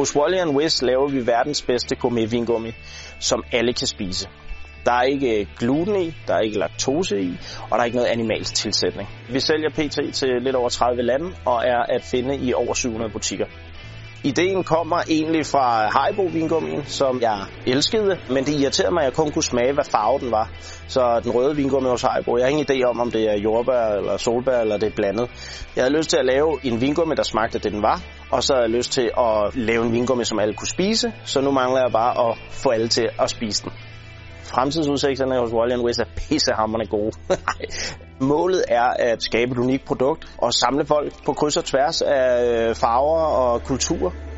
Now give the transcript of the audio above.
Hos Wally & Wiss laver vi verdens bedste gourmet-vingummi, som alle kan spise. Der er ikke gluten i, der er ikke laktose i, og der er ikke noget animalsk tilsætning. Vi sælger pt. Til lidt over 30 lande og er at finde i over 700 butikker. Ideen kommer egentlig fra Haribo-vingummien, som jeg elskede, men det irriterede mig, at jeg kun kunne smage, hvad farve den var. Så den røde vingummi hos Haribo, jeg har ingen idé om det er jordbær eller solbær eller det er blandet. Jeg havde lyst til at lave en vingummi, der smagte det, den var, og så havde jeg lyst til at lave en vingummi, som alle kunne spise, så nu mangler jeg bare at få alle til at spise den. Fremtidsudsigterne hos Wally & Wiss er pissehamrende gode. Målet er at skabe et unikt produkt og samle folk på kryds og tværs af farver og kultur.